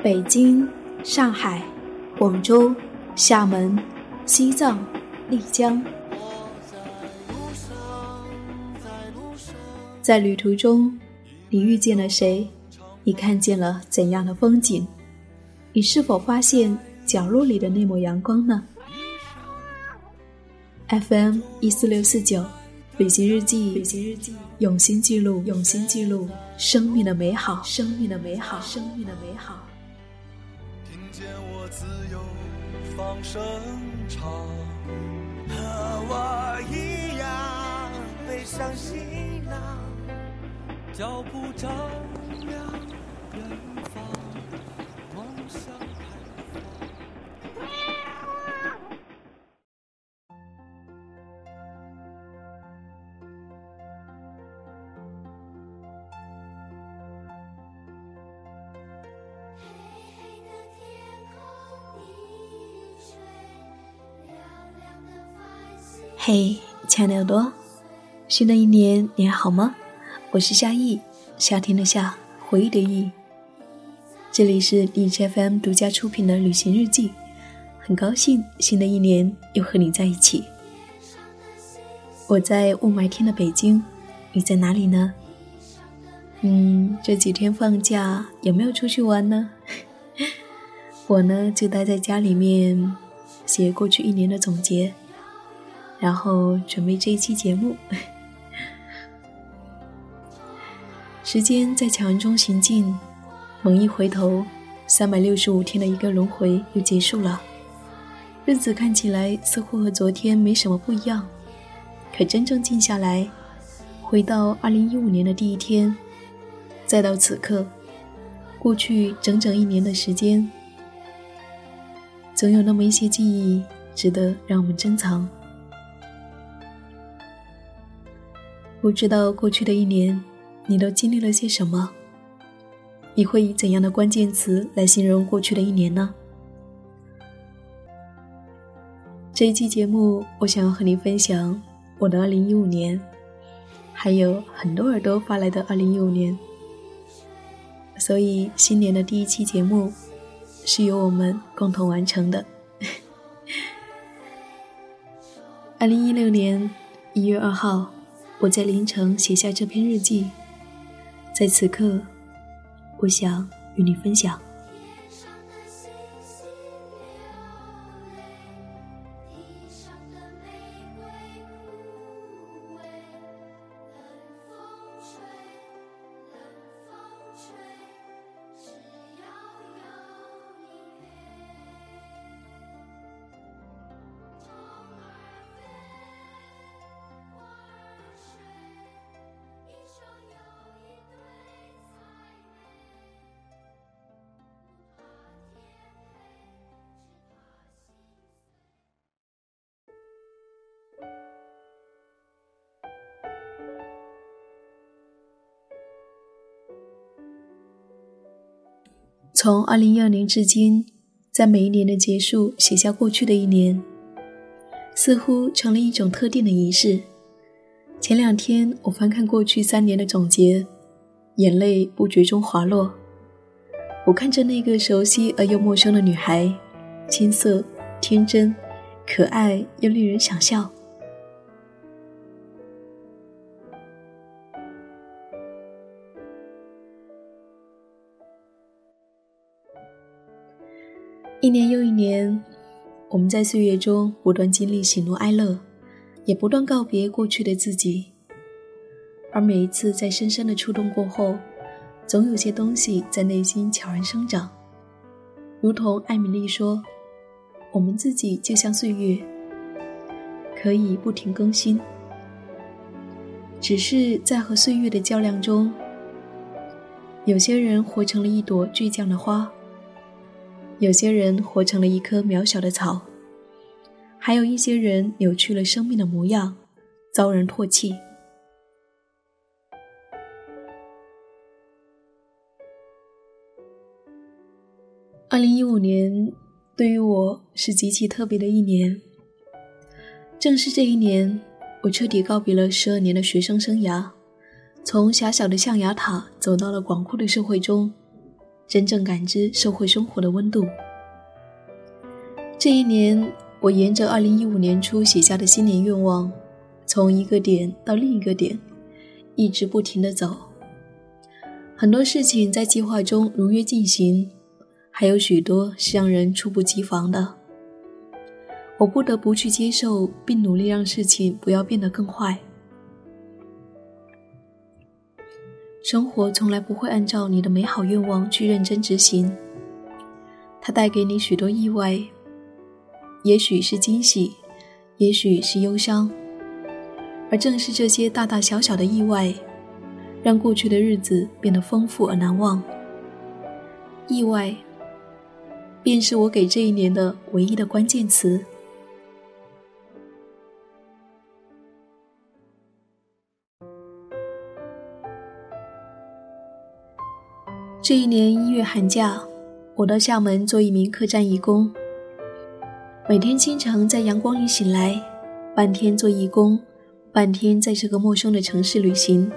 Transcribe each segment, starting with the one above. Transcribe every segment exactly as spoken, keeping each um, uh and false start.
北京、上海、广州、厦门、西藏、丽江。在旅途中，你遇见了谁？你看见了怎样的风景？你是否发现角落里的那抹阳光呢？ F M 一四六四九旅行日记，旅行日记，用心记录，用心记录生命的美好，生命的美好，生命的美好。 听见我自由放声唱，和我一样背上行囊，脚步丈量远方，梦想开放。 嘿，亲爱的耳朵，新的一年你还好吗？我是夏意，夏天的夏，回忆的忆。这里是荔枝 F M 独家出品的旅行日记，很高兴新的一年又和你在一起。我在雾霾天的北京，你在哪里呢？嗯，这几天放假有没有出去玩呢？我呢就待在家里面写过去一年的总结，然后准备这一期节目。时间在强中行进，猛一回头，三百六十五天的一个轮回又结束了。日子看起来似乎和昨天没什么不一样，可真正静下来，回到二零一五年的第一天，再到此刻，过去整整一年的时间，总有那么一些记忆值得让我们珍藏。不知道过去的一年你都经历了些什么？你会以怎样的关键词来形容过去的一年呢？这一期节目，我想要和你分享我的二零一五年，还有很多耳朵发来的二零一五年。所以新年的第一期节目是由我们共同完成的。二零一六年一月二号，我在凌晨写下这篇日记，在此刻，我想与你分享。从二零一二年至今，在每一年的结束写下过去的一年，似乎成了一种特定的仪式。前两天我翻看过去三年的总结，眼泪不觉中滑落。我看着那个熟悉而又陌生的女孩，青涩、天真、可爱又令人想笑。一年又一年，我们在岁月中不断经历喜怒哀乐，也不断告别过去的自己。而每一次在深深的触动过后，总有些东西在内心悄然生长。如同艾米丽说，我们自己就像岁月，可以不停更新。只是在和岁月的较量中，有些人活成了一朵倔强的花，有些人活成了一棵渺小的草，还有一些人扭曲了生命的模样，遭人唾弃。二零一五年对于我是极其特别的一年，正是这一年，我彻底告别了十二年的学生生涯，从狭小的象牙塔走到了广阔的社会中。 真正感知社会生活的温度。这一年，我沿着二零一五年初写下的新年愿望，从一个点到另一个点，一直不停地走。很多事情在计划中如约进行，还有许多是让人猝不及防的。我不得不去接受，并努力让事情不要变得更坏。生活从来不会按照你的美好愿望去认真执行，它带给你许多意外，也许是惊喜，也许是忧伤，而正是这些大大小小的意外，让过去的日子变得丰富而难忘。意外，便是我给这一年的唯一的关键词。这一年一月寒假，我到厦门做一名客栈义工。每天清晨在阳光里醒来，半天做义工，半天在这个陌生的城市旅行。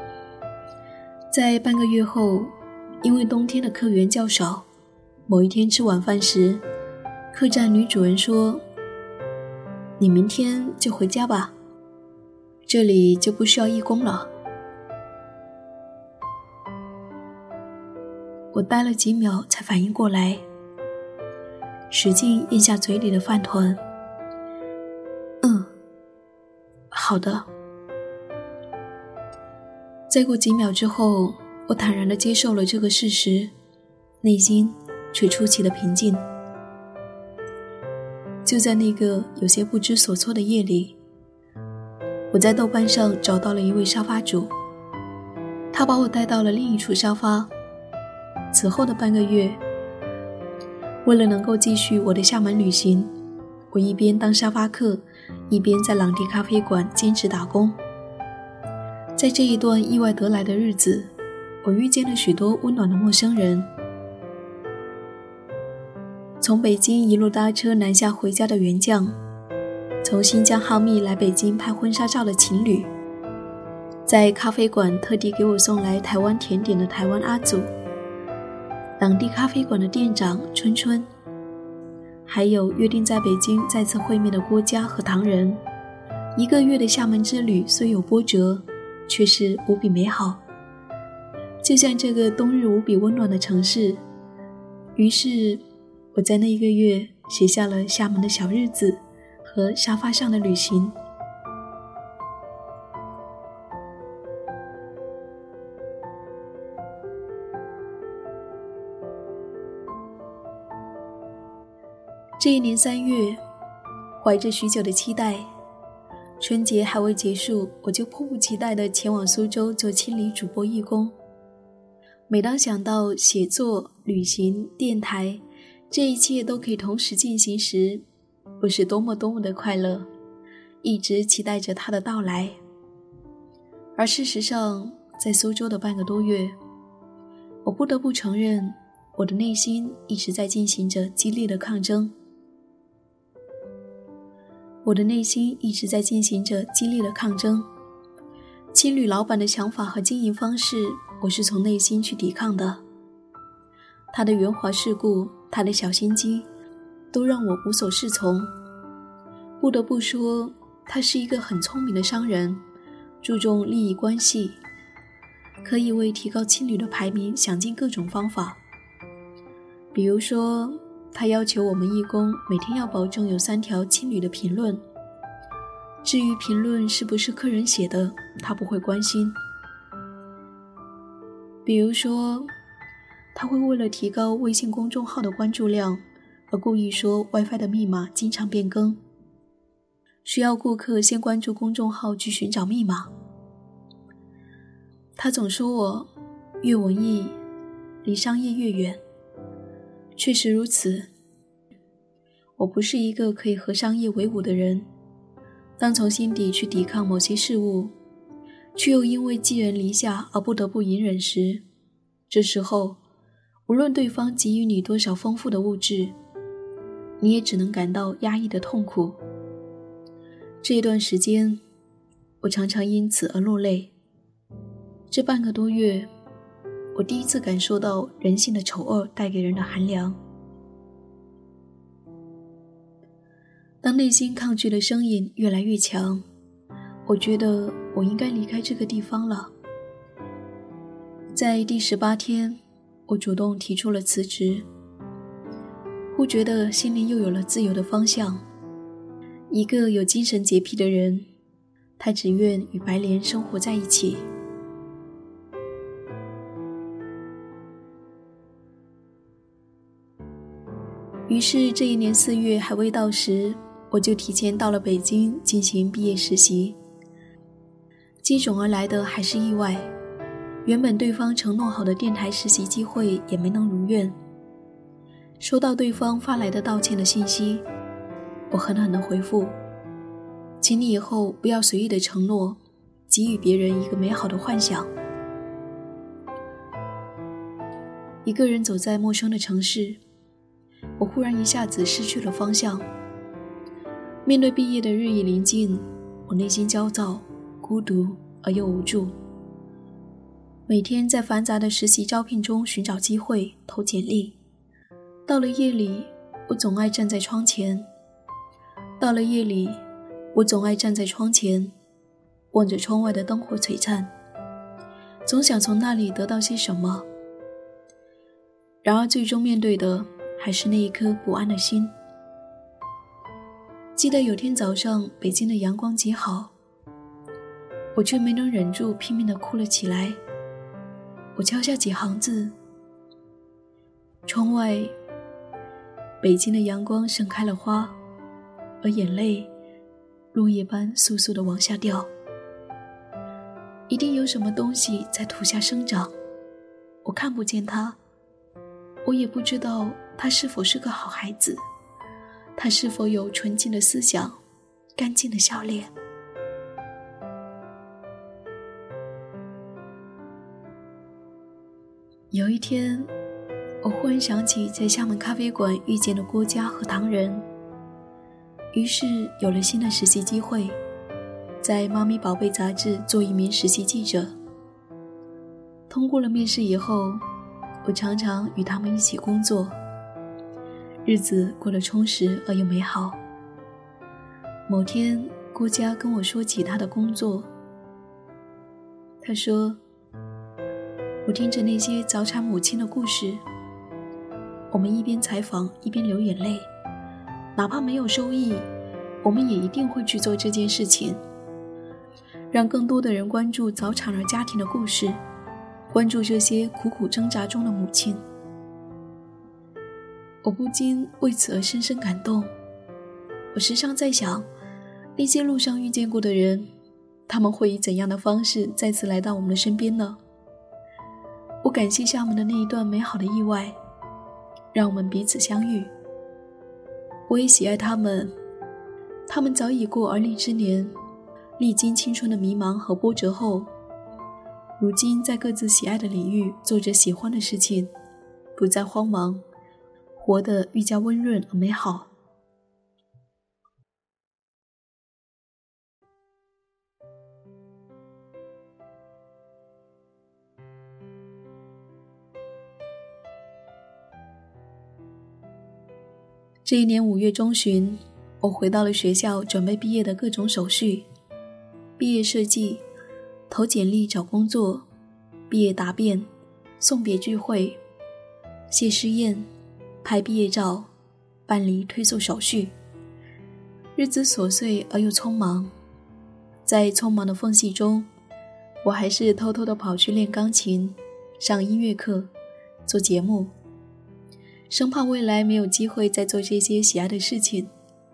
在半个月后，因为冬天的客源较少，某一天吃晚饭时，客栈女主人说：“你明天就回家吧，这里就不需要义工了。”我呆了几秒才反应过来，使劲咽下嘴里的饭团。嗯，好的。再过几秒之后，我坦然地接受了这个事实，内心却出奇的平静。就在那个有些不知所措的夜里，我在豆瓣上找到了一位沙发主，他把我带到了另一处沙发。此后的半个月，为了能够继续我的厦门旅行，我一边当沙发客，一边在朗迪咖啡馆兼职打工。在这一段意外得来的日子，我遇见了许多温暖的陌生人。从北京一路搭车南下回家的原将，从新疆哈密来北京拍婚纱照的情侣，在咖啡馆特地给我送来台湾甜点的台湾阿祖，朗地咖啡馆的店长春春，还有约定在北京再次会面的郭嘉和唐人。一个月的厦门之旅虽有波折，却是无比美好。就像这个冬日无比温暖的城市，于是我在那一个月写下了厦门的小日子和沙发上的旅行。这一年三月，怀着许久的期待，春节还未结束，我就迫不及待地前往苏州做清理主播义工。每当想到写作、旅行、电台，这一切都可以同时进行时，不是多么多么的快乐，一直期待着它的到来。而事实上，在苏州的半个多月，我不得不承认，我的内心一直在进行着激烈的抗争。我的内心一直在进行着激烈的抗争。青旅老板的想法和经营方式，我是从内心去抵抗的。他的圆滑世故，他的小心机，都让我无所适从。不得不说，他是一个很聪明的商人，注重利益关系，可以为提高青旅的排名想尽各种方法。比如说，他要求我们义工每天要保证有三条青旅的评论，至于评论是不是客人写的，他不会关心。比如说，他会为了提高微信公众号的关注量，而故意说 WiFi 的密码经常变更，需要顾客先关注公众号去寻找密码。他总说我越文艺，离商业越远。确实如此，我不是一个可以和商业为伍的人。当从心底去抵抗某些事物，却又因为寄人篱下而不得不隐忍时，这时候无论对方给予你多少丰富的物质，你也只能感到压抑的痛苦。这一段时间，我常常因此而落泪。这半个多月， 我第一次感受到人性的丑恶带给人的寒凉。当内心抗拒的声音越来越强，我觉得我应该离开这个地方了。在第十八天，我主动提出了辞职，忽觉得心里又有了自由的方向。一个有精神洁癖的人，他只愿与白莲生活在一起。于是这一年四月还未到时，我就提前到了北京进行毕业实习。接踵而来的还是意外，原本对方承诺好的电台实习机会也没能如愿。收到对方发来的道歉的信息，我狠狠地回复，请你以后不要随意的承诺，给予别人一个美好的幻想。一个人走在陌生的城市，我忽然一下子失去了方向。面对毕业的日益临近，我内心焦躁、孤独而又无助。每天在繁杂的实习招聘中寻找机会，投简历。到了夜里，我总爱站在窗前。到了夜里，我总爱站在窗前，望着窗外的灯火璀璨，总想从那里得到些什么。然而最终面对的还是那一颗不安的心。记得有天早上，北京的阳光极好，我却没能忍住，拼命地哭了起来。我敲下几行字，窗外北京的阳光盛开了花，而眼泪落叶般簌簌地往下掉。一定有什么东西在土下生长，我看不见它，我也不知道他是否是个好孩子，他是否有纯净的思想，干净的笑脸。有一天，我忽然想起在厦门咖啡馆遇见了郭嘉和唐人，于是有了新的实习机会，在《妈咪宝贝》杂志做一名实习记者。通过了面试以后，我常常与他们一起工作，日子过得充实而又美好。某天，郭嘉跟我说起他的工作，他说，我听着那些早产母亲的故事，我们一边采访一边流眼泪，哪怕没有收益，我们也一定会去做这件事情，让更多的人关注早产儿家庭的故事，关注这些苦苦挣扎中的母亲。我不禁为此而深深感动。我时常在想，那些路上遇见过的人，他们会以怎样的方式再次来到我们的身边呢？我感谢厦门的那一段美好的意外，让我们彼此相遇。我也喜爱他们，他们早已过而立之年，历经青春的迷茫和波折后，如今在各自喜爱的领域做着喜欢的事情，不再慌忙，活得愈加温润而美好。这一年五月中旬，我回到了学校，准备毕业的各种手续，毕业设计、投简历找工作、毕业答辩、送别聚会、谢师宴、拍毕业照、办理推送手续。日子琐碎而又匆忙，在匆忙的缝隙中，我还是偷偷地跑去练钢琴、上音乐课、做节目，生怕未来没有机会再做这些喜爱的事情。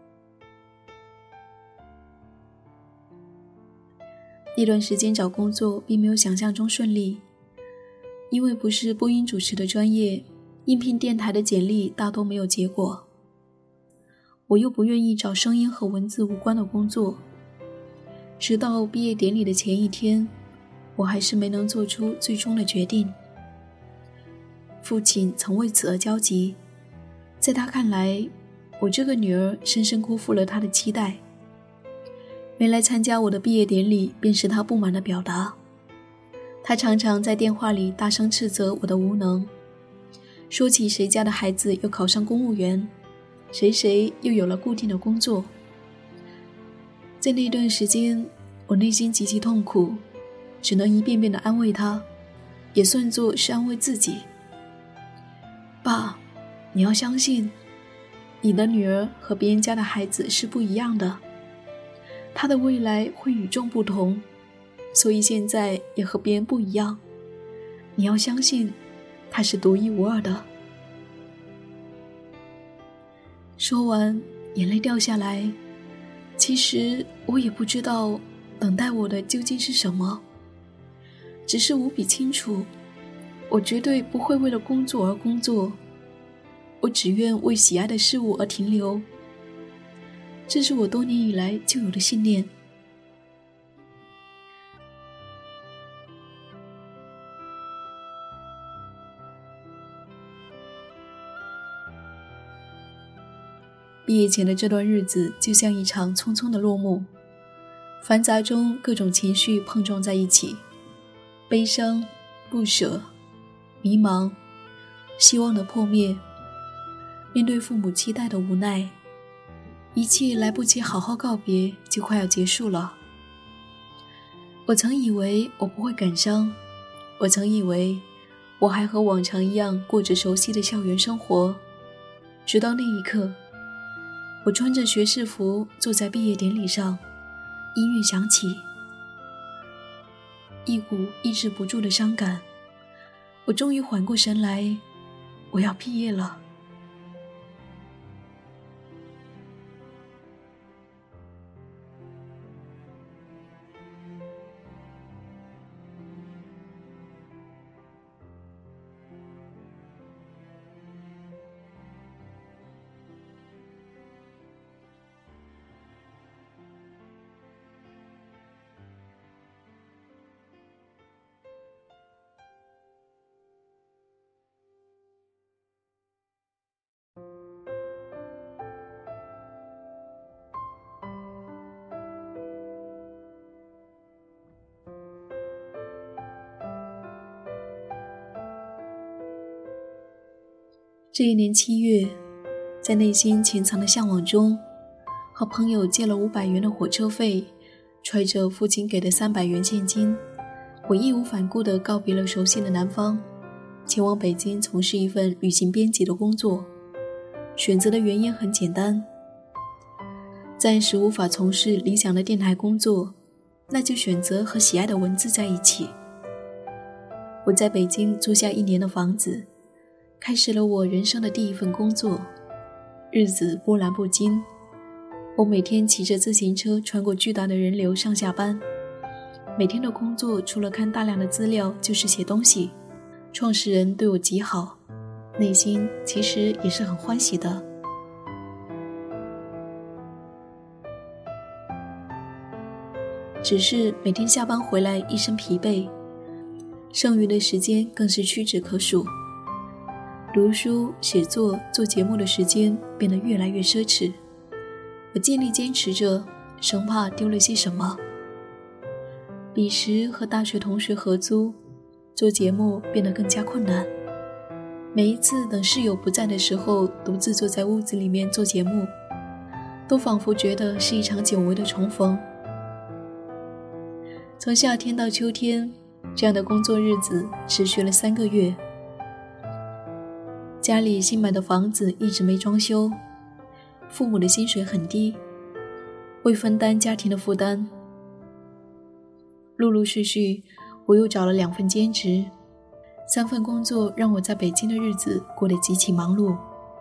那段时间找工作并没有想象中顺利，因为不是播音主持的专业，应聘电台的简历大都没有结果。我又不愿意找声音和文字无关的工作，直到毕业典礼的前一天，我还是没能做出最终的决定。父亲曾为此而焦急，在他看来，我这个女儿深深辜负了他的期待，没来参加我的毕业典礼便是他不满的表达。 他常常在电话里大声斥责我的无能，说起谁家的孩子又考上公务员，谁谁又有了固定的工作。在那段时间，我内心极其痛苦，只能一遍遍地安慰他，也算作是安慰自己。爸，你要相信，你的女儿和别人家的孩子是不一样的，她的未来会与众不同，所以现在也和别人不一样。你要相信，她是独一无二的。说完，眼泪掉下来。其实我也不知道等待我的究竟是什么，只是无比清楚，我绝对不会为了工作而工作，我只愿为喜爱的事物而停留。这是我多年以来就有的信念。毕业前的这段日子就像一场匆匆的落幕，繁杂中各种情绪碰撞在一起，悲伤、不舍、迷茫、希望的破灭，面对父母期待的无奈，一切来不及好好告别，就快要结束了。我曾以为我不会感伤，我曾以为我还和往常一样过着熟悉的校园生活，直到那一刻，我穿着学士服坐在毕业典礼上，音乐响起，一股抑制不住的伤感。我终于缓过神来，我要毕业了。这一年七月，在内心潜藏的向往中，和朋友借了五百元的火车费，揣着父亲给的三百元现金，我义无反顾地告别了熟悉的南方，前往北京从事一份旅行编辑的工作。选择的原因很简单，暂时无法从事理想的电台工作，那就选择和喜爱的文字在一起。我在北京租下一年的房子，开始了我人生的第一份工作，日子波澜不惊。我每天骑着自行车穿过巨大的人流上下班，每天的工作除了看大量的资料就是写东西。创始人对我极好，内心其实也是很欢喜的。只是每天下班回来一身疲惫，剩余的时间更是屈指可数。读书、写作、做节目的时间变得越来越奢侈，我尽力坚持着，生怕丢了些什么。彼时和大学同学合租，做节目变得更加困难。每一次等室友不在的时候，独自坐在屋子里面做节目，都仿佛觉得是一场久违的重逢。从夏天到秋天，这样的工作日子持续了三个月。家里新买的房子一直没装修，父母的薪水很低，为分担家庭的负担，陆陆续续我又找了两份兼职，三份工作让我在北京的日子过得极其忙碌。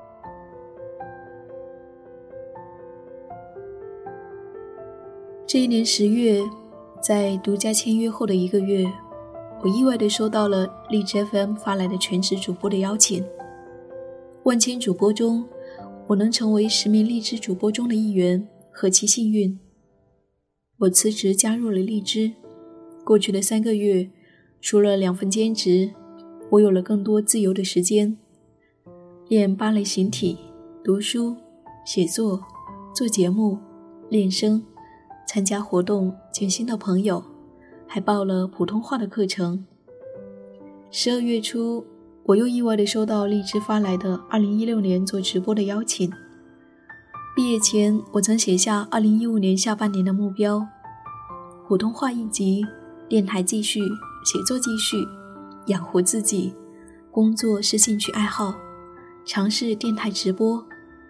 这一年十月，在独家签约后的一个月，我意外地收到了荔枝 F M 发来的全职主播的邀请。万千主播中，我能成为十名荔枝主播中的一员，何其幸运。我辞职加入了荔枝，过去的三个月，除了两份兼职，我有了更多自由的时间，练芭蕾形体，读书、写作、做节目、练声，参加活动，见新的朋友，还报了普通话的课程， 十二月初，我又意外地收到荔枝发来的二零一六年做直播的邀请。毕业前，我曾写下二零一五年下半年的目标：普通话一级，电台继续，写作继续，养活自己，工作是兴趣爱好，尝试电台直播。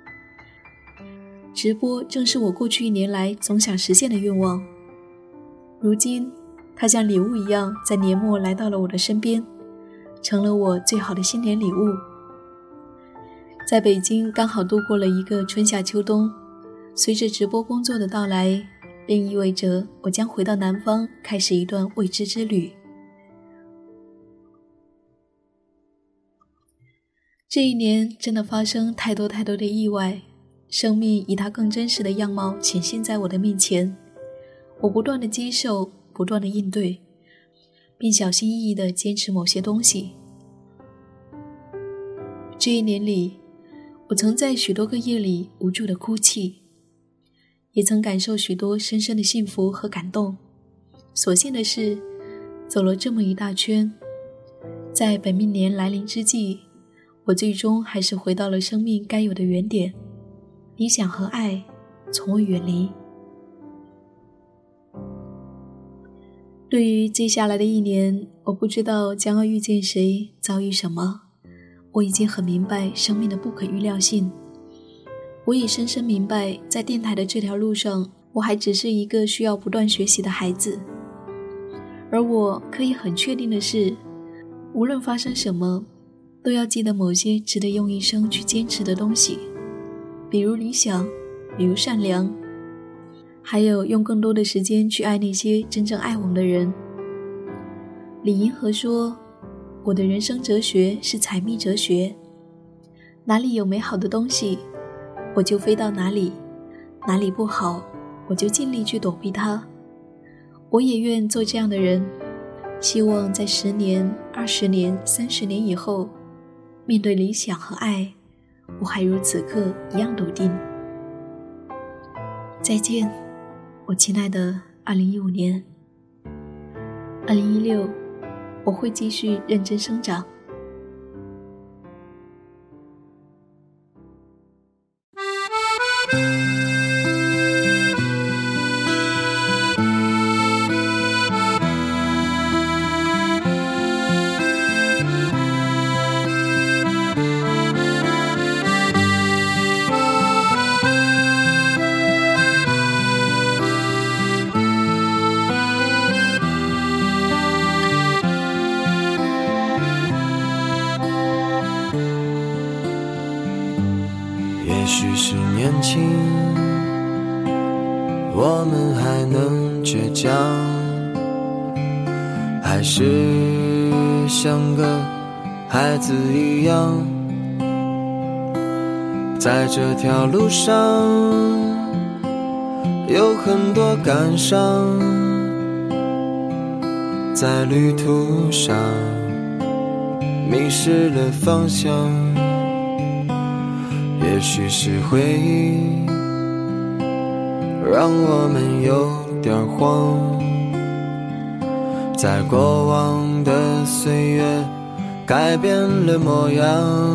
直播正是我过去一年来总想实现的愿望。如今，它像礼物一样在年末来到了我的身边，成了我最好的新年礼物。在北京刚好度过了一个春夏秋冬，随着直播工作的到来，便意味着我将回到南方，开始一段未知之旅。这一年真的发生太多太多的意外，生命以它更真实的样貌显现在我的面前。我不断地接受，不断地应对，并小心翼翼地坚持某些东西。这一年里，我曾在许多个夜里无助地哭泣，也曾感受许多深深的幸福和感动。所幸的是，走了这么一大圈，在本命年来临之际，我最终还是回到了生命该有的原点，理想和爱从未远离。对于接下来的一年，我不知道将要遇见谁，遭遇什么。我已经很明白生命的不可预料性，我也深深明白，在电台的这条路上，我还只是一个需要不断学习的孩子。而我可以很确定的是，无论发生什么，都要记得某些值得用一生去坚持的东西，比如理想，比如善良，还有用更多的时间去爱那些真正爱我们的人。李银河说，我的人生哲学是采蜜哲学，哪里有美好的东西，我就飞到哪里，哪里不好，我就尽力去躲避它。我也愿做这样的人，希望在十年、二十年、三十年以后，面对理想和爱，我还如此刻一样笃定。再见，我亲爱的二零一五年。二零一六，我会继续认真生长。 也许是年轻，我们还能倔强，还是像个孩子一样，在这条路上有很多感伤，在旅途上迷失了方向。也许是回忆让我们有点慌，在过往的岁月改变了模样，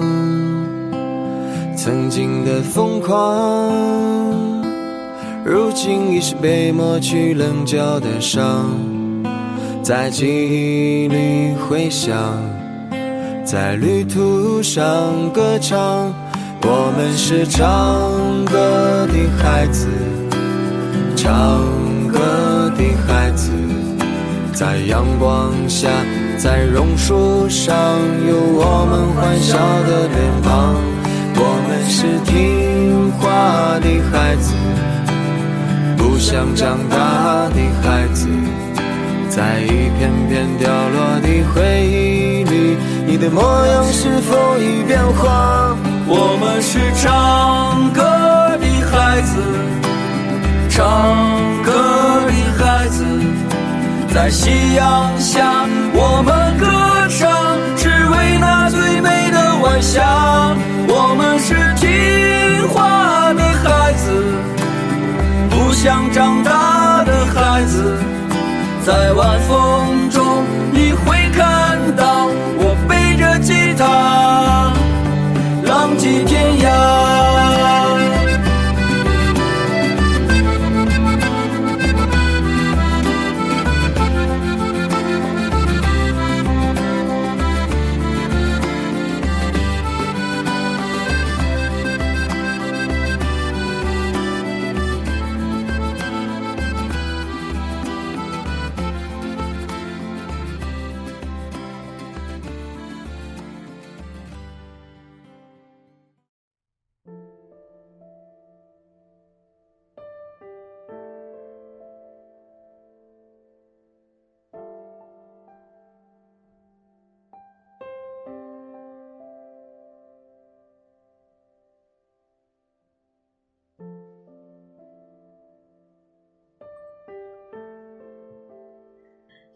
曾经的疯狂如今已是被抹去棱角的伤，在记忆里回响，在旅途上歌唱。我们是唱歌的孩子，唱歌的孩子，在阳光下，在榕树上，有我们欢笑的脸庞。我们是听话的孩子，不想长大的孩子，在一片片掉落的回忆里，你的模样是否已变化？我们是唱歌的孩子，唱歌的孩子，在夕阳下我们歌唱，只为那最美的晚霞。我们是听话的孩子，不想长大的孩子，在晚风中你会看到我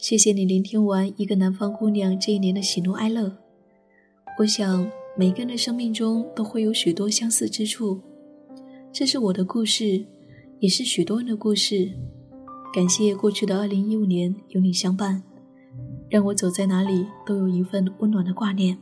谢谢你聆听完一个南方姑娘这一年的喜怒哀乐。我想每个人的生命中都会有许多相似之处，这是我的故事，也是许多人的故事。感谢过去的二零一五年有你相伴，让我走在哪里都有一份温暖的挂念。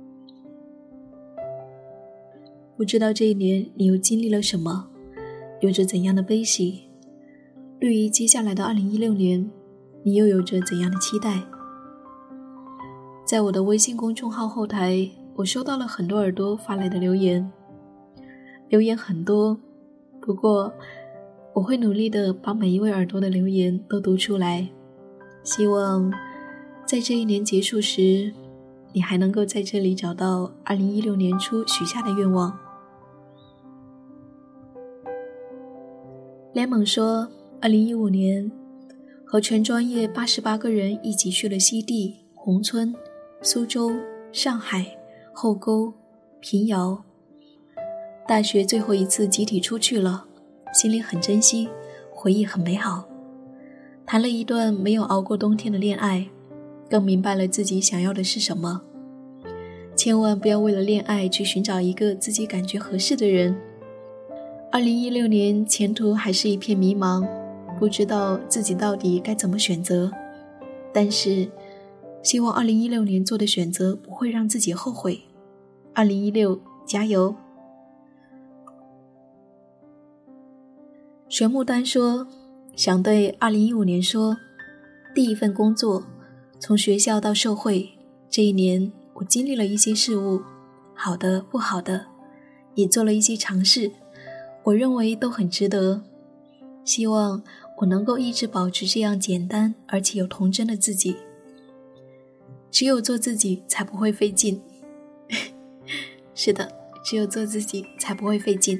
不知道这一年你又经历了什么，有着怎样的悲喜？对于接下来的二零一六年，你又有着怎样的期待？在我的微信公众号后台，我收到了很多耳朵发来的留言，留言很多，不过我会努力的把每一位耳朵的留言都读出来，希望在这一年结束时，你还能够在这里找到二零一六年初许下的愿望。Lemon 说，二零一五年和全专业八十八个人一起去了西递、宏村、苏州、上海、后沟、平遥。大学最后一次集体出去了，心里很珍惜，回忆很美好。谈了一段没有熬过冬天的恋爱，更明白了自己想要的是什么。千万不要为了恋爱去寻找一个自己感觉合适的人。二零一六年前途还是一片迷茫，不知道自己到底该怎么选择，但是希望二零一六年做的选择不会让自己后悔。二零一六加油。玄牡丹说，想对二零一五年说，第一份工作，从学校到社会，这一年我经历了一些事物，好的不好的，也做了一些尝试，我认为都很值得。希望我能够一直保持这样简单而且有童真的自己。只有做自己才不会费劲。是的，只有做自己才不会费劲。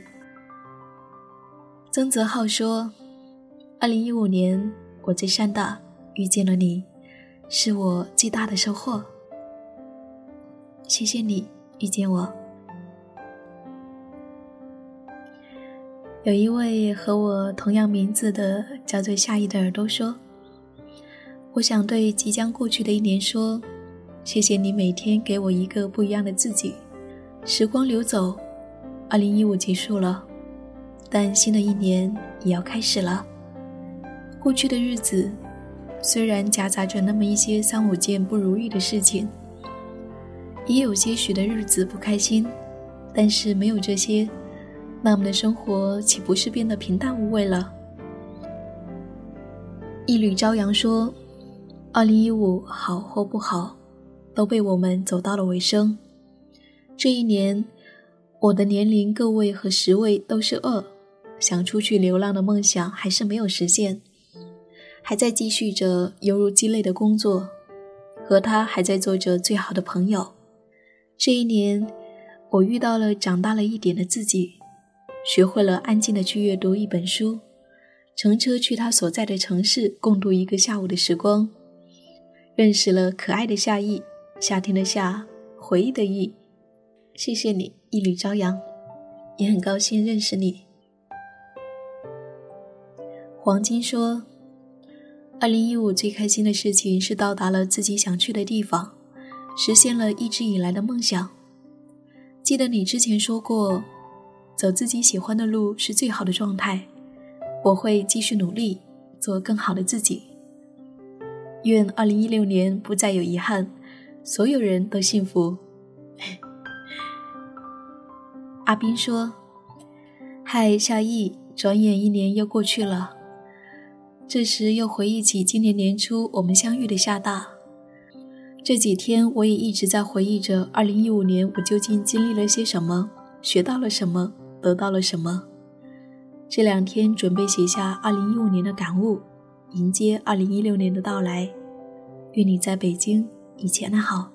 曾泽浩说，二零一五年我在山大遇见了你，是我最大的收获。谢谢你遇见我。有一位和我同样名字的叫做夏意的耳朵说，我想对即将过去的一年说，谢谢你每天给我一个不一样的自己。时光流走，二零一五结束了，但新的一年也要开始了。过去的日子虽然夹杂着那么一些三五件不如意的事情，也有些许的日子不开心，但是没有这些，那我们的生活岂不是变得平淡无味了？一缕朝阳说，二零一五好或不好，都被我们走到了尾声。这一年，我的年龄个位和十位都是二，想出去流浪的梦想还是没有实现，还在继续着犹如鸡肋的工作，和他还在做着最好的朋友。这一年，我遇到了长大了一点的自己，学会了安静地去阅读一本书，乘车去他所在的城市共度一个下午的时光，认识了可爱的夏意，夏天的夏，回忆的忆。谢谢你，一缕朝阳，也很高兴认识你。黄金说，二零一五最开心的事情是到达了自己想去的地方，实现了一直以来的梦想。记得你之前说过，走自己喜欢的路是最好的状态，我会继续努力，做更好的自己。愿二零一六年不再有遗憾，所有人都幸福。阿斌说，嗨夏意，转眼一年又过去了，这时又回忆起今年年初我们相遇的厦大。这几天我也一直在回忆着二零一五年我究竟经历了些什么，学到了什么，得到了什么。这两天准备写下二零一五年的感悟，迎接二零一六年的到来。愿你在北京一切安好。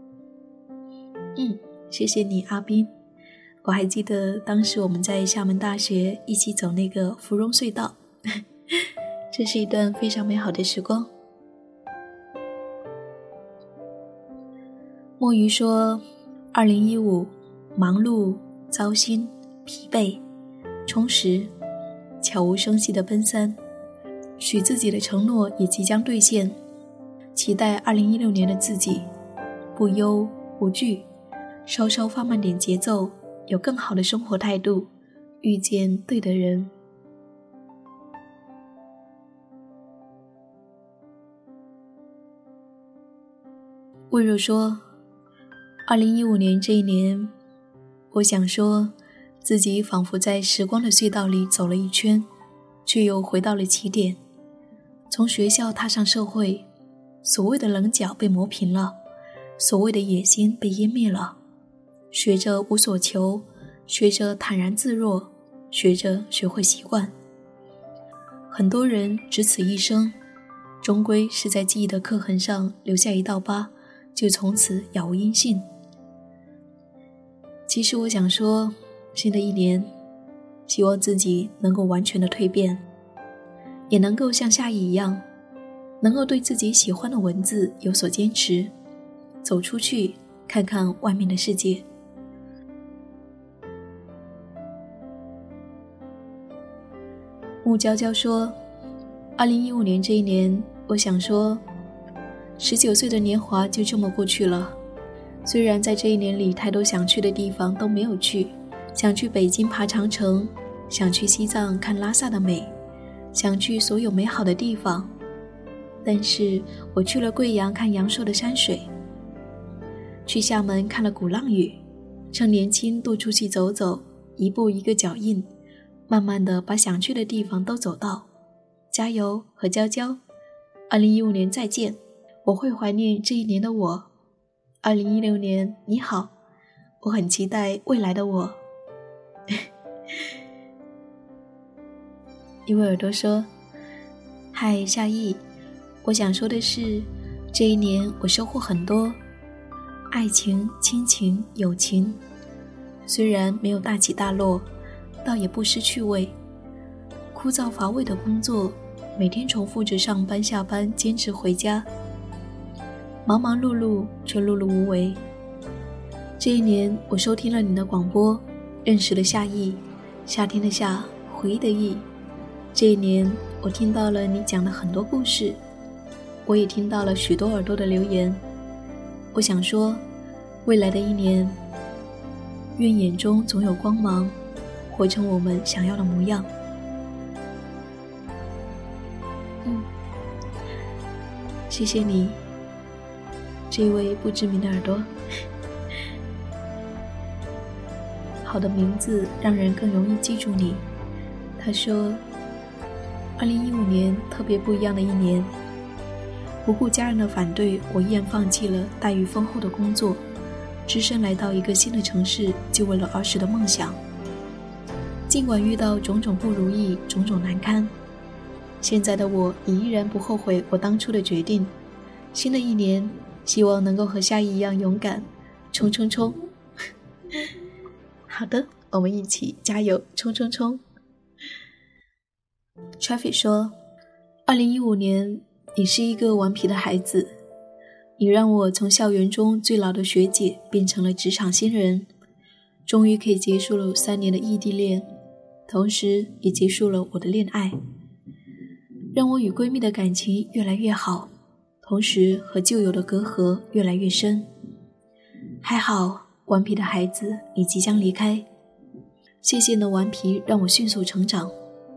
嗯，谢谢你阿斌。我还记得当时我们在厦门大学一起走那个芙蓉隧道，这是一段非常美好的时光。墨鱼说，二零一五忙碌、糟心、疲惫、充实，悄无声息的奔三，许自己的承诺也即将兑现， 期待二零一六年的自己，不忧不惧，稍稍放慢点节奏，有更好的生活态度，遇见对的人。魏若说，二零一五年这一年，我想说自己仿佛在时光的隧道里走了一圈，却又回到了起点。从学校踏上社会，所谓的棱角被磨平了，所谓的野心被湮灭了，学着无所求，学着坦然自若，学着学会习惯。很多人只此一生，终归是在记忆的刻痕上留下一道疤，就从此杳无音信。其实我想说，新的一年，希望自己能够完全的蜕变，也能够像夏意一样，能够对自己喜欢的文字有所坚持，走出去看看外面的世界。木娇娇说，二零一五年这一年，我想说十九岁的年华就这么过去了。虽然在这一年里太多想去的地方都没有去，想去北京爬长城，想去西藏看拉萨的美，想去所有美好的地方，但是我去了贵阳看阳朔的山水，去厦门看了鼓浪屿，趁年轻多出去走走，一步一个脚印，慢慢的把想去的地方都走到。加油，何娇娇，二零一五年再见，我会怀念这一年的我。二零一六年你好，我很期待未来的我。一位耳朵说，嗨夏意，我想说的是，这一年我收获很多，爱情、亲情、友情，虽然没有大起大落，倒也不失趣味。枯燥乏味的工作，每天重复着上班下班，坚持回家，忙忙碌碌却碌碌无为。这一年我收听了你的广播，认识了夏意，夏天的夏，回忆的忆。这一年我听到了你讲的很多故事，我也听到了许多耳朵的留言。我想说，未来的一年，愿眼中总有光芒，活成我们想要的模样。嗯，谢谢你，这一位不知名的耳朵。好的名字让人更容易记住你。他说，二零一五年特别不一样的一年，不顾家人的反对，我依然放弃了待遇丰厚的工作，只身来到一个新的城市，就为了儿时的梦想。尽管遇到种种不如意，种种难堪，现在的我也依然不后悔我当初的决定。新的一年，希望能够和夏意一样勇敢，冲冲冲！好的，我们一起加油，冲冲冲！ Traffic 说，二零一五年，你是一个顽皮的孩子，你让我从校园中最老的学姐变成了职场新人，终于可以结束了三年的异地恋，同时也结束了我的恋爱，让我与闺蜜的感情越来越好，同时和旧友的隔阂越来越深。还好，顽皮的孩子，你即将离开，谢谢你的顽皮让我迅速成长。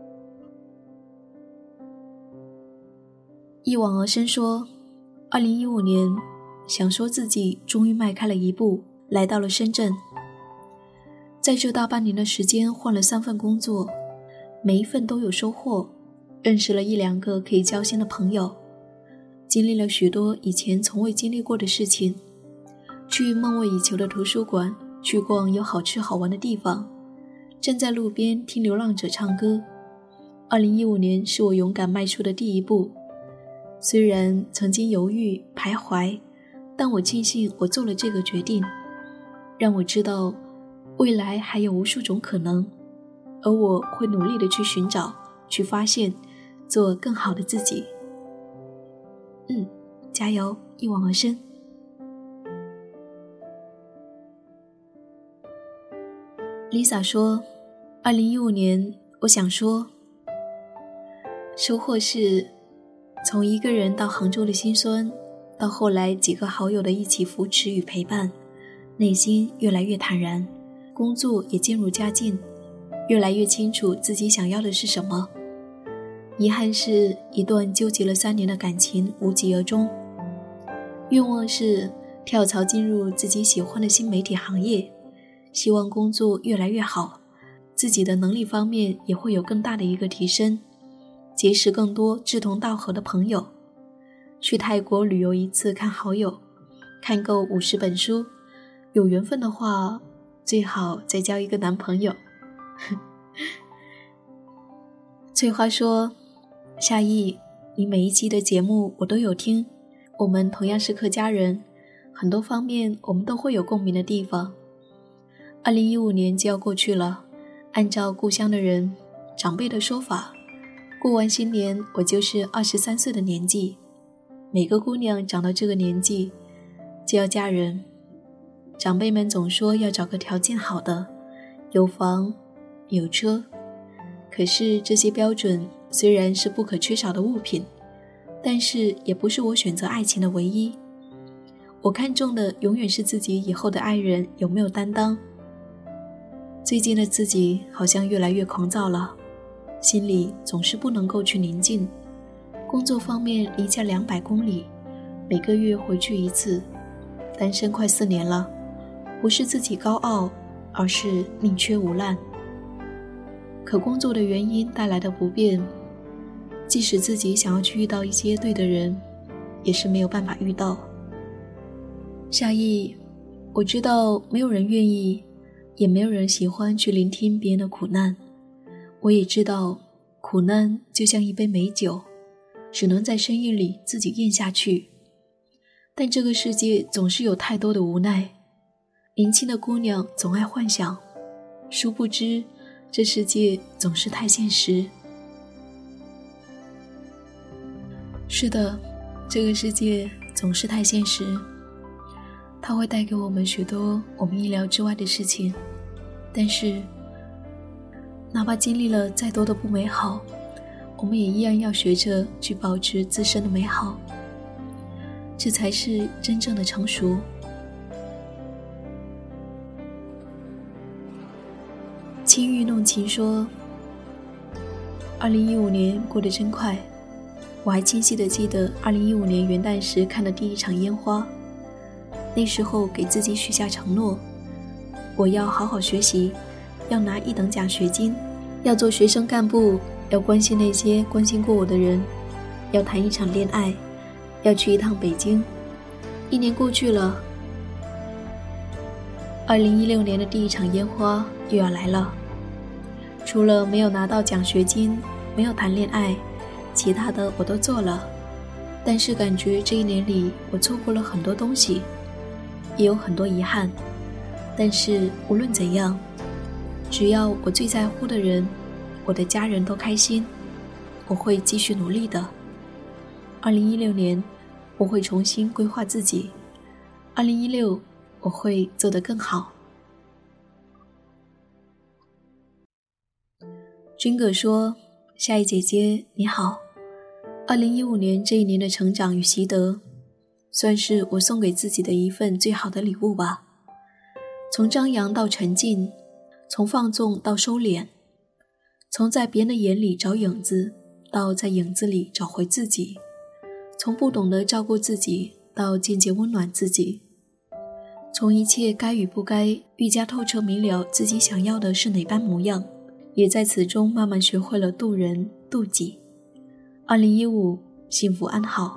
一往而深说，二零一五年，想说自己终于迈开了一步，来到了深圳。在这大半年的时间，换了三份工作，每一份都有收获，认识了一两个可以交心的朋友，经历了许多以前从未经历过的事情，去梦寐以求的图书馆，去逛有好吃好玩的地方，站在路边听流浪者唱歌。二零一五年是我勇敢迈出的第一步，虽然曾经犹豫徘徊，但我庆幸我做了这个决定，让我知道未来还有无数种可能，而我会努力地去寻找，去发现，做更好的自己。嗯，加油，一往而深。Lisa 说，二零一五年，我想说，收获是从一个人到杭州的辛酸， 到后来几个好友的一起扶持与陪伴，内心越来越坦然，工作也渐入佳境，越来越清楚自己想要的是什么。遗憾是一段纠结了三年的感情无疾而终，愿望是跳槽进入自己喜欢的新媒体行业，希望工作越来越好，自己的能力方面也会有更大的一个提升，结识更多志同道合的朋友，去泰国旅游一次看好友，看够五十本书，有缘分的话最好再交一个男朋友。翠花说，夏意，你每一期的节目我都有听，我们同样是客家人，很多方面我们都会有共鸣的地方。二零一五年就要过去了，按照故乡的人长辈的说法，过完新年我就是二十三岁的年纪，每个姑娘长到这个年纪就要嫁人，长辈们总说要找个条件好的，有房有车，可是这些标准虽然是不可缺少的物品，但是也不是我选择爱情的唯一。我看重的永远是自己以后的爱人有没有担当。最近的自己好像越来越狂躁了，心里总是不能够去宁静。工作方面离家两百公里，每个月回去一次，单身快四年了，不是自己高傲，而是宁缺毋滥。可工作的原因带来的不便，即使自己想要去遇到一些对的人，也是没有办法遇到。夏意，我知道没有人愿意，也没有人喜欢去聆听别人的苦难，我也知道苦难就像一杯美酒，只能在深夜里自己咽下去。但这个世界总是有太多的无奈，年轻的姑娘总爱幻想，殊不知这世界总是太现实。是的，这个世界总是太现实，它会带给我们许多我们意料之外的事情，但是哪怕经历了再多的不美好，我们也依然要学着去保持自身的美好，这才是真正的成熟。轻玉弄琴说，二零一五年过得真快，我还清晰地记得二零一五年元旦时看的第一场烟花，那时候给自己许下承诺，我要好好学习，要拿一等奖学金，要做学生干部，要关心那些关心过我的人，要谈一场恋爱，要去一趟北京。一年过去了，二零一六年的第一场烟花又要来了。除了没有拿到奖学金，没有谈恋爱，其他的我都做了，但是感觉这一年里我错过了很多东西，也有很多遗憾。但是无论怎样，只要我最在乎的人，我的家人都开心，我会继续努力的。二零一六年我会重新规划自己，二零一六我会做得更好。君哥说，夏意姐姐你好，二零一五年这一年的成长与习得，算是我送给自己的一份最好的礼物吧。从张扬到沉静，从放纵到收敛，从在别人的眼里找影子，到在影子里找回自己，从不懂得照顾自己，到渐渐温暖自己，从一切该与不该愈加透彻明了自己想要的是哪般模样，也在此中慢慢学会了度人度己。二零一五幸福安好，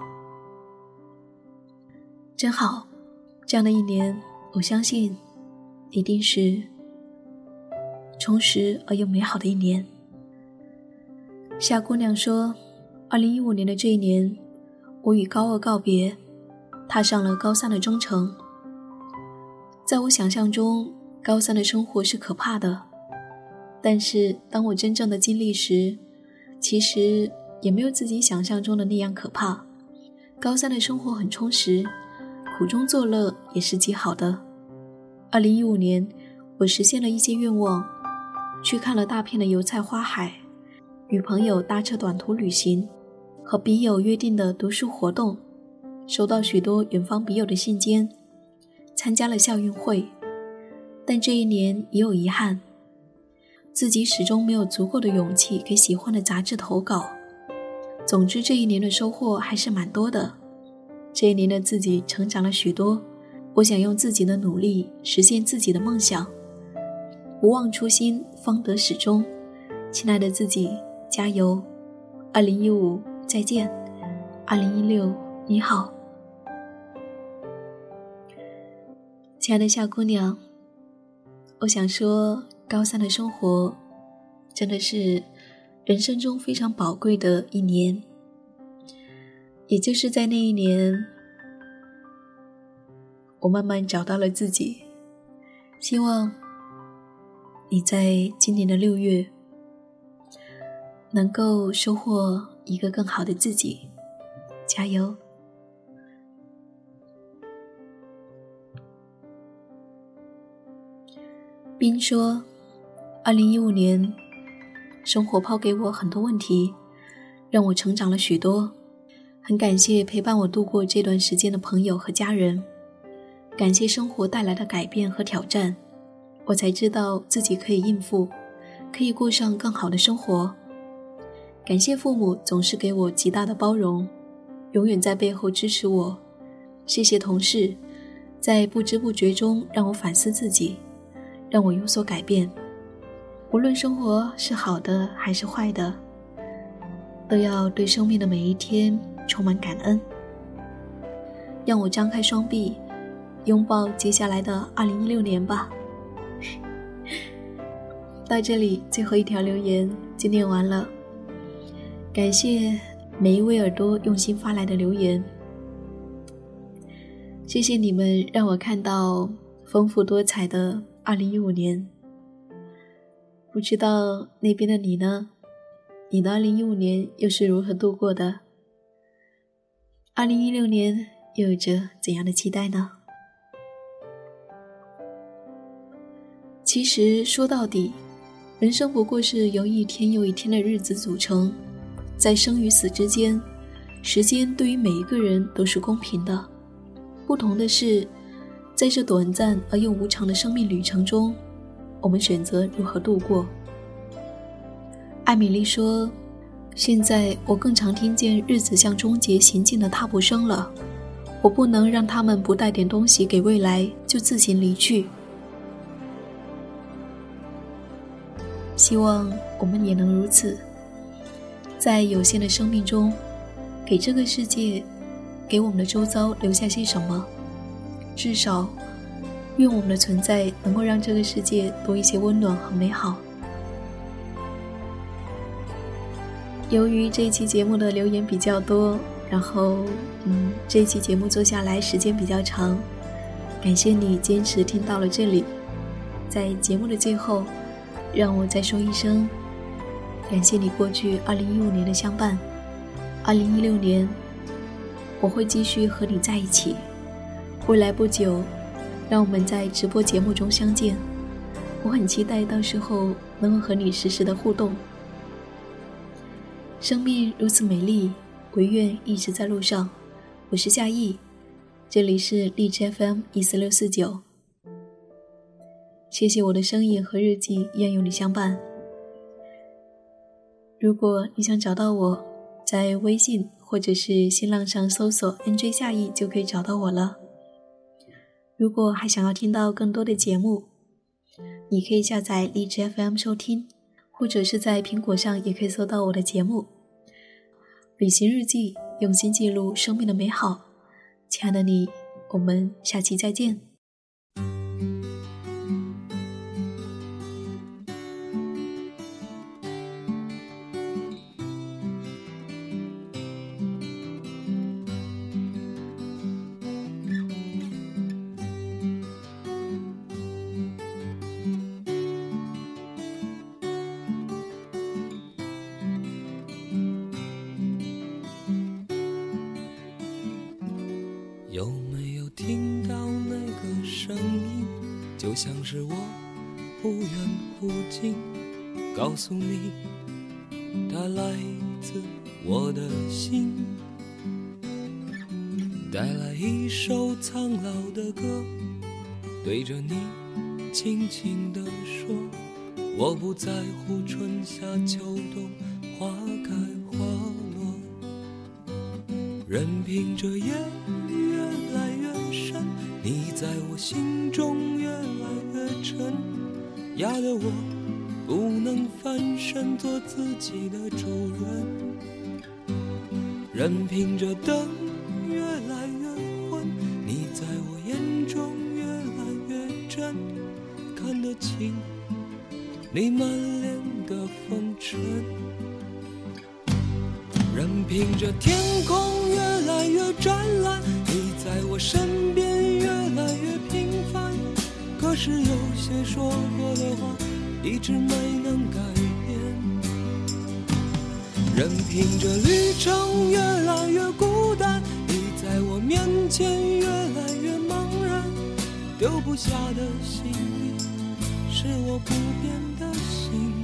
真好，这样的一年我相信一定是充实而又美好的一年。夏姑娘说，二零一五年的这一年，我与高二告别，踏上了高三的征程。在我想象中，高三的生活是可怕的，但是当我真正的经历时，其实也没有自己想象中的那样可怕。高三的生活很充实，苦中作乐也是极好的。二零一五年，我实现了一些愿望，去看了大片的油菜花海，与朋友搭车短途旅行，和笔友约定的读书活动， 收到许多远方笔友的信笺，参加了校运会，但这一年也有遗憾，自己始终没有足够的勇气给喜欢的杂志投稿。总之这一年的收获还是蛮多的，这一年的自己成长了许多，我想用自己的努力实现自己的梦想，不忘初心方得始终。亲爱的自己，加油！二零一五再见，二零一六你好。亲爱的小姑娘，我想说，高三的生活真的是人生中非常宝贵的一年，也就是在那一年，我慢慢找到了自己。希望你在今年的六月能够收获一个更好的自己，加油！冰说，二零一五年生活抛给我很多问题，让我成长了许多，很感谢陪伴我度过这段时间的朋友和家人，感谢生活带来的改变和挑战，我才知道自己可以应付，可以过上更好的生活。感谢父母总是给我极大的包容，永远在背后支持我。谢谢同事，在不知不觉中让我反思自己，让我有所改变。无论生活是好的还是坏的，都要对生命的每一天充满感恩。让我张开双臂，拥抱接下来的二零一六年吧。到这里，最后一条留言就念完了。感谢每一位耳朵用心发来的留言，谢谢你们让我看到丰富多彩的二零一五年。不知道那边的你呢？你的二零一五年又是如何度过的？二零一六年又有着怎样的期待呢？其实说到底，人生不过是由一天又一天的日子组成，在生与死之间，时间对于每一个人都是公平的。不同的是，在这短暂而又无常的生命旅程中，我们选择如何度过。艾米丽说，现在我更常听见日子向终结行进的踏步声了，我不能让他们不带点东西给未来就自行离去。希望我们也能如此，在有限的生命中，给这个世界，给我们的周遭留下些什么。至少愿我们的存在能够让这个世界多一些温暖和美好。由于这一期节目的留言比较多，然后嗯，这一期节目做下来时间比较长，感谢你坚持听到了这里。在节目的最后，让我再说一声感谢你过去二零一五年的相伴。二零一六年我会继续和你在一起，未来不久让我们在直播节目中相见，我很期待到时候能够和你实时的互动。生命如此美丽，唯愿一直在路上。我是夏意，这里是荔枝 F M 一四六四九。谢谢我的声音和日记依然有你相伴。如果你想找到我，在微信或者是新浪上搜索 N J 夏意就可以找到我了。如果还想要听到更多的节目，你可以下载荔枝 F M 收听，或者是在苹果上也可以搜到我的节目。旅行日记，用心记录生命的美好。亲爱的你，我们下期再见。 有没有听到那个声音，就像是我忽远忽近，告诉你它来自我的心。 带来一首苍老的歌，对着你轻轻地说，我不在乎春夏秋冬花开花落，任凭这夜越来越深，你在我心中越来越沉，压得我不能翻身做自己的主人，任凭这灯越来越昏，你在我眼中越来越真，看得清你满脸的风尘，任凭这天空越来越湛蓝，你在我身边越来越平凡，可是有些说过的话一直没能改变，任凭这旅程越来越孤单，你在我面前越来越茫然，丢不下的行李是我不变的心。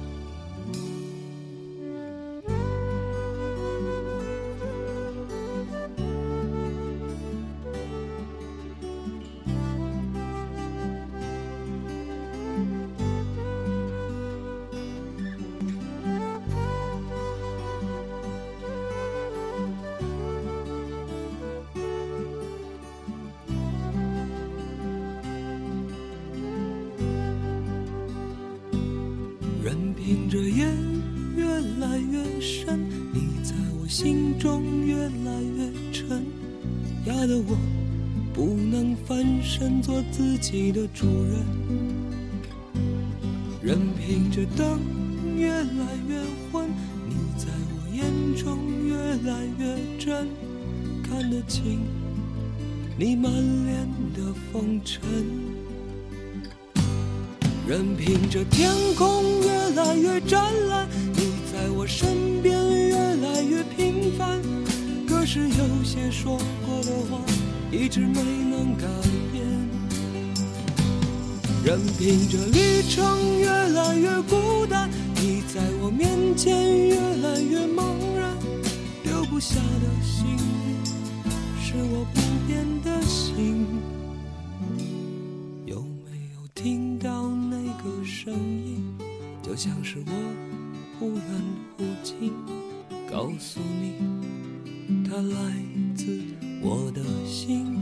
任凭着夜越来越深，你在我心中越来越沉，压得我不能翻身做自己的主人，任凭着灯越来越昏，你在我眼中越来越真，看得清你满脸的风尘，任凭着天空越来越湛蓝，你在我身边越来越平凡，可是有些说过的话一直没能改变，任凭着旅程越来越孤单，你在我面前越来越茫然，丢不下的行李是我不变的心。有没有听到那个声音，就像是我忽远忽近，告诉你它来自我的心。